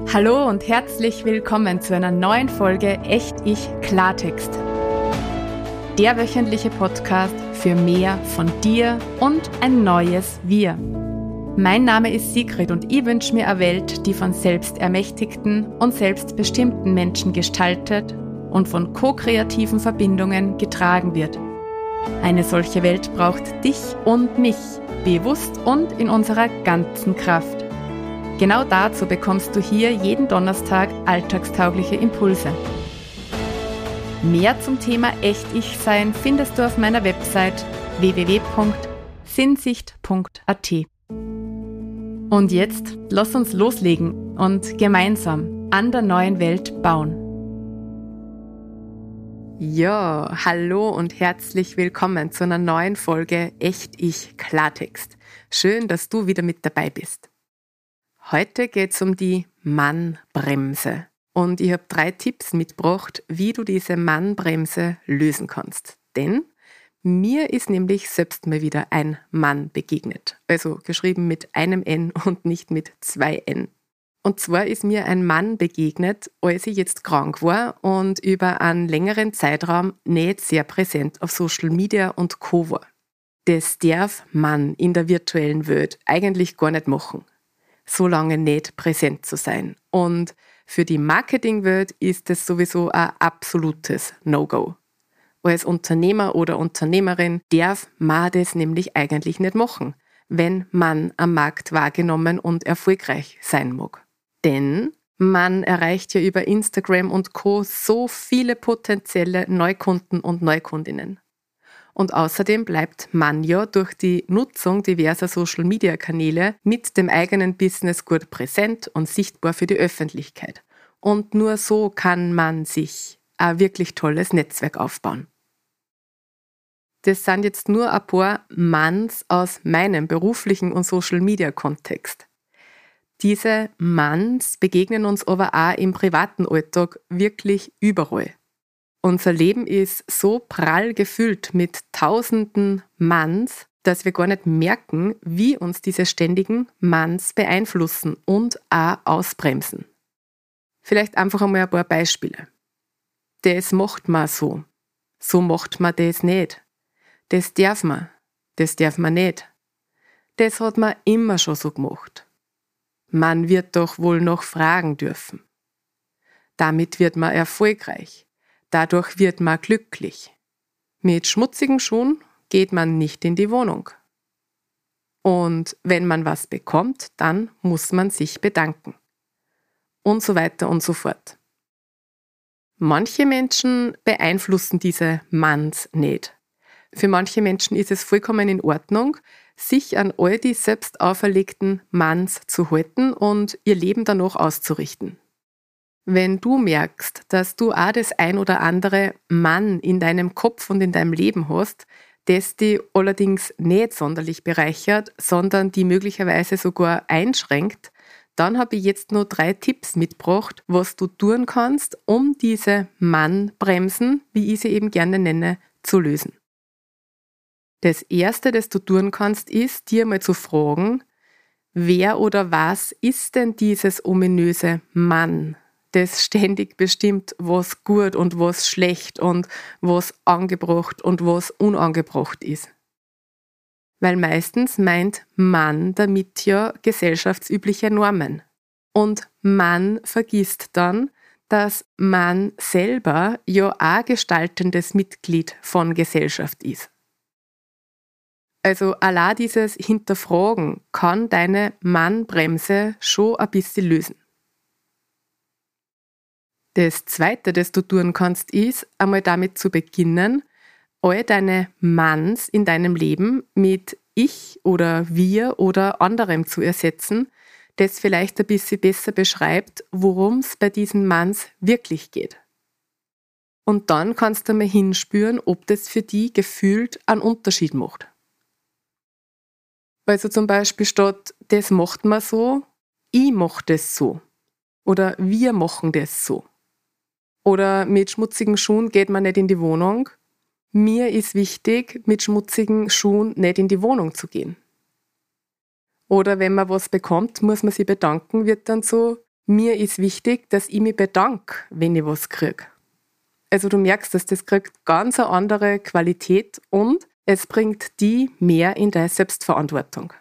Hallo und herzlich willkommen zu einer neuen Folge Echt Ich Klartext. Der wöchentliche Podcast für mehr von dir und ein neues Wir. Mein Name ist Sigrid und ich wünsche mir eine Welt, die von selbstermächtigten und selbstbestimmten Menschen gestaltet und von ko-kreativen Verbindungen getragen wird. Eine solche Welt braucht dich und mich, bewusst und in unserer ganzen Kraft. Genau dazu bekommst du hier jeden Donnerstag alltagstaugliche Impulse. Mehr zum Thema Echt-Ich-Sein findest du auf meiner Website www.sinnsicht.at. Und jetzt lass uns loslegen und gemeinsam an der neuen Welt bauen. Ja, hallo und herzlich willkommen zu einer neuen Folge Echt-Ich Klartext. Schön, dass du wieder mit dabei bist. Heute geht es um die Mannbremse und ich habe 3 Tipps mitgebracht, wie du diese Mannbremse lösen kannst. Denn mir ist nämlich selbst mal wieder ein Mann begegnet, also geschrieben mit einem N und nicht mit 2 N. Und zwar ist mir ein Mann begegnet, als ich jetzt krank war und über einen längeren Zeitraum nicht sehr präsent auf Social Media und Co. war. Das darf man in der virtuellen Welt eigentlich gar nicht machen, so lange nicht präsent zu sein. Und für die Marketingwelt ist es sowieso ein absolutes No-Go. Als Unternehmer oder Unternehmerin darf man das nämlich eigentlich nicht machen, wenn man am Markt wahrgenommen und erfolgreich sein mag. Denn man erreicht ja über Instagram und Co. so viele potenzielle Neukunden und Neukundinnen. Und außerdem bleibt man ja durch die Nutzung diverser Social-Media-Kanäle mit dem eigenen Business gut präsent und sichtbar für die Öffentlichkeit. Und nur so kann man sich ein wirklich tolles Netzwerk aufbauen. Das sind jetzt nur ein paar Manns aus meinem beruflichen und Social-Media-Kontext. Diese Manns begegnen uns aber auch im privaten Alltag wirklich überall. Unser Leben ist so prall gefüllt mit tausenden Manns, dass wir gar nicht merken, wie uns diese ständigen Manns beeinflussen und auch ausbremsen. Vielleicht einfach einmal ein paar Beispiele. Das macht man so. So macht man das nicht. Das darf man nicht. Das hat man immer schon so gemacht. Man wird doch wohl noch fragen dürfen. Damit wird man erfolgreich. Dadurch wird man glücklich. Mit schmutzigen Schuhen geht man nicht in die Wohnung. Und wenn man was bekommt, dann muss man sich bedanken. Und so weiter und so fort. Manche Menschen beeinflussen diese Manns nicht. Für manche Menschen ist es vollkommen in Ordnung, sich an all die selbst auferlegten Manns zu halten und ihr Leben danach auszurichten. Wenn du merkst, dass du auch das ein oder andere Mann in deinem Kopf und in deinem Leben hast, das dich allerdings nicht sonderlich bereichert, sondern die möglicherweise sogar einschränkt, dann habe ich jetzt nur 3 Tipps mitgebracht, was du tun kannst, um diese Mannbremsen, wie ich sie eben gerne nenne, zu lösen. Das Erste, das du tun kannst, ist, dir mal zu fragen, wer oder was ist denn dieses ominöse Mann, das ständig bestimmt, was gut und was schlecht und was angebracht und was unangebracht ist. Weil meistens meint man damit ja gesellschaftsübliche Normen. Und man vergisst dann, dass man selber ja auch gestaltendes Mitglied von Gesellschaft ist. Also allein dieses Hinterfragen kann deine Mannbremse schon ein bisschen lösen. Das Zweite, das du tun kannst, ist, einmal damit zu beginnen, all deine Manns in deinem Leben mit ich oder wir oder anderem zu ersetzen, das vielleicht ein bisschen besser beschreibt, worum es bei diesen Manns wirklich geht. Und dann kannst du mal hinspüren, ob das für die gefühlt einen Unterschied macht. Also zum Beispiel statt das macht man so, ich mach das so. Oder wir machen das so. Oder mit schmutzigen Schuhen geht man nicht in die Wohnung. Mir ist wichtig, mit schmutzigen Schuhen nicht in die Wohnung zu gehen. Oder wenn man was bekommt, muss man sich bedanken, wird dann so, Mir ist wichtig, dass ich mich bedanke, wenn ich was kriege. Also du merkst, dass das kriegt ganz eine andere Qualität und es bringt die mehr in deine Selbstverantwortung.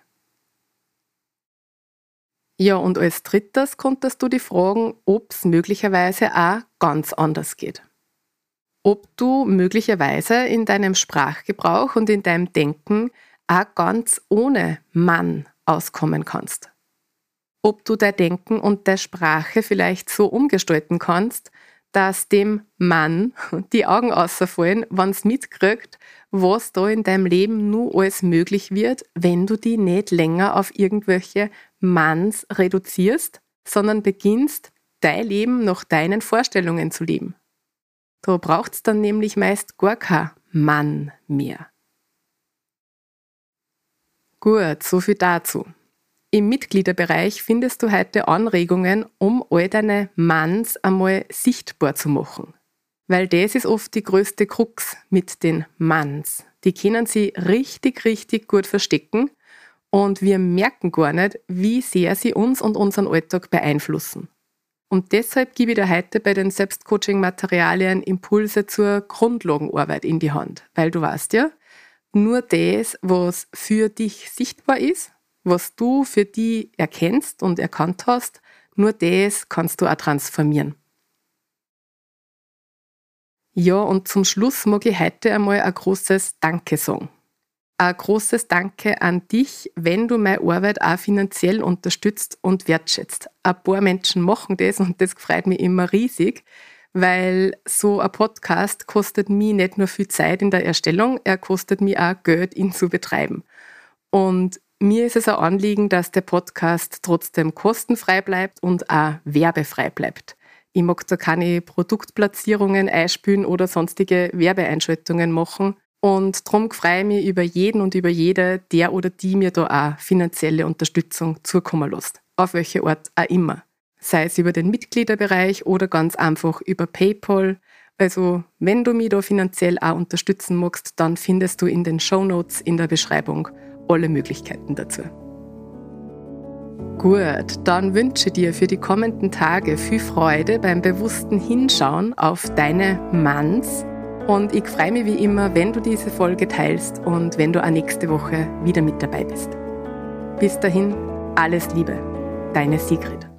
Ja, und als drittes konntest du dich fragen, ob es möglicherweise auch ganz anders geht. Ob du möglicherweise in deinem Sprachgebrauch und in deinem Denken auch ganz ohne Mann auskommen kannst. Ob du dein Denken und deine Sprache vielleicht so umgestalten kannst, dass dem Mann die Augen ausfallen, wenn es mitkriegt, was da in deinem Leben nur alles möglich wird, wenn du die nicht länger auf irgendwelche Manns reduzierst, sondern beginnst, dein Leben nach deinen Vorstellungen zu leben. Da braucht es dann nämlich meist gar kein Mann mehr. Gut, so viel dazu. Im Mitgliederbereich findest du heute Anregungen, um all deine Manns einmal sichtbar zu machen. Weil das ist oft die größte Krux mit den Manns. Die können sie richtig, richtig gut verstecken und wir merken gar nicht, wie sehr sie uns und unseren Alltag beeinflussen. Und deshalb gebe ich dir heute bei den Selbstcoaching-Materialien Impulse zur Grundlagenarbeit in die Hand. Weil du weißt ja, nur das, was für dich sichtbar ist, was du für dich erkennst und erkannt hast, nur das kannst du auch transformieren. Ja, und zum Schluss mag ich heute einmal ein großes Danke sagen. Ein großes Danke an dich, wenn du meine Arbeit auch finanziell unterstützt und wertschätzt. Ein paar Menschen machen das und das freut mich immer riesig, weil so ein Podcast kostet mich nicht nur viel Zeit in der Erstellung, er kostet mich auch Geld, ihn zu betreiben. Und mir ist es ein Anliegen, dass der Podcast trotzdem kostenfrei bleibt und auch werbefrei bleibt. Ich mag da keine Produktplatzierungen einspielen oder sonstige Werbeeinschaltungen machen. Und darum freue ich mich über jeden und über jede, der oder die mir da auch finanzielle Unterstützung zukommen lässt. Auf welche Art auch immer. Sei es über den Mitgliederbereich oder ganz einfach über PayPal. Also wenn du mich da finanziell auch unterstützen magst, dann findest du in den Shownotes in der Beschreibung alle Möglichkeiten dazu. Gut, dann wünsche ich dir für die kommenden Tage viel Freude beim bewussten Hinschauen auf deine Manns und ich freue mich wie immer, wenn du diese Folge teilst und wenn du auch nächste Woche wieder mit dabei bist. Bis dahin, alles Liebe, deine Sigrid.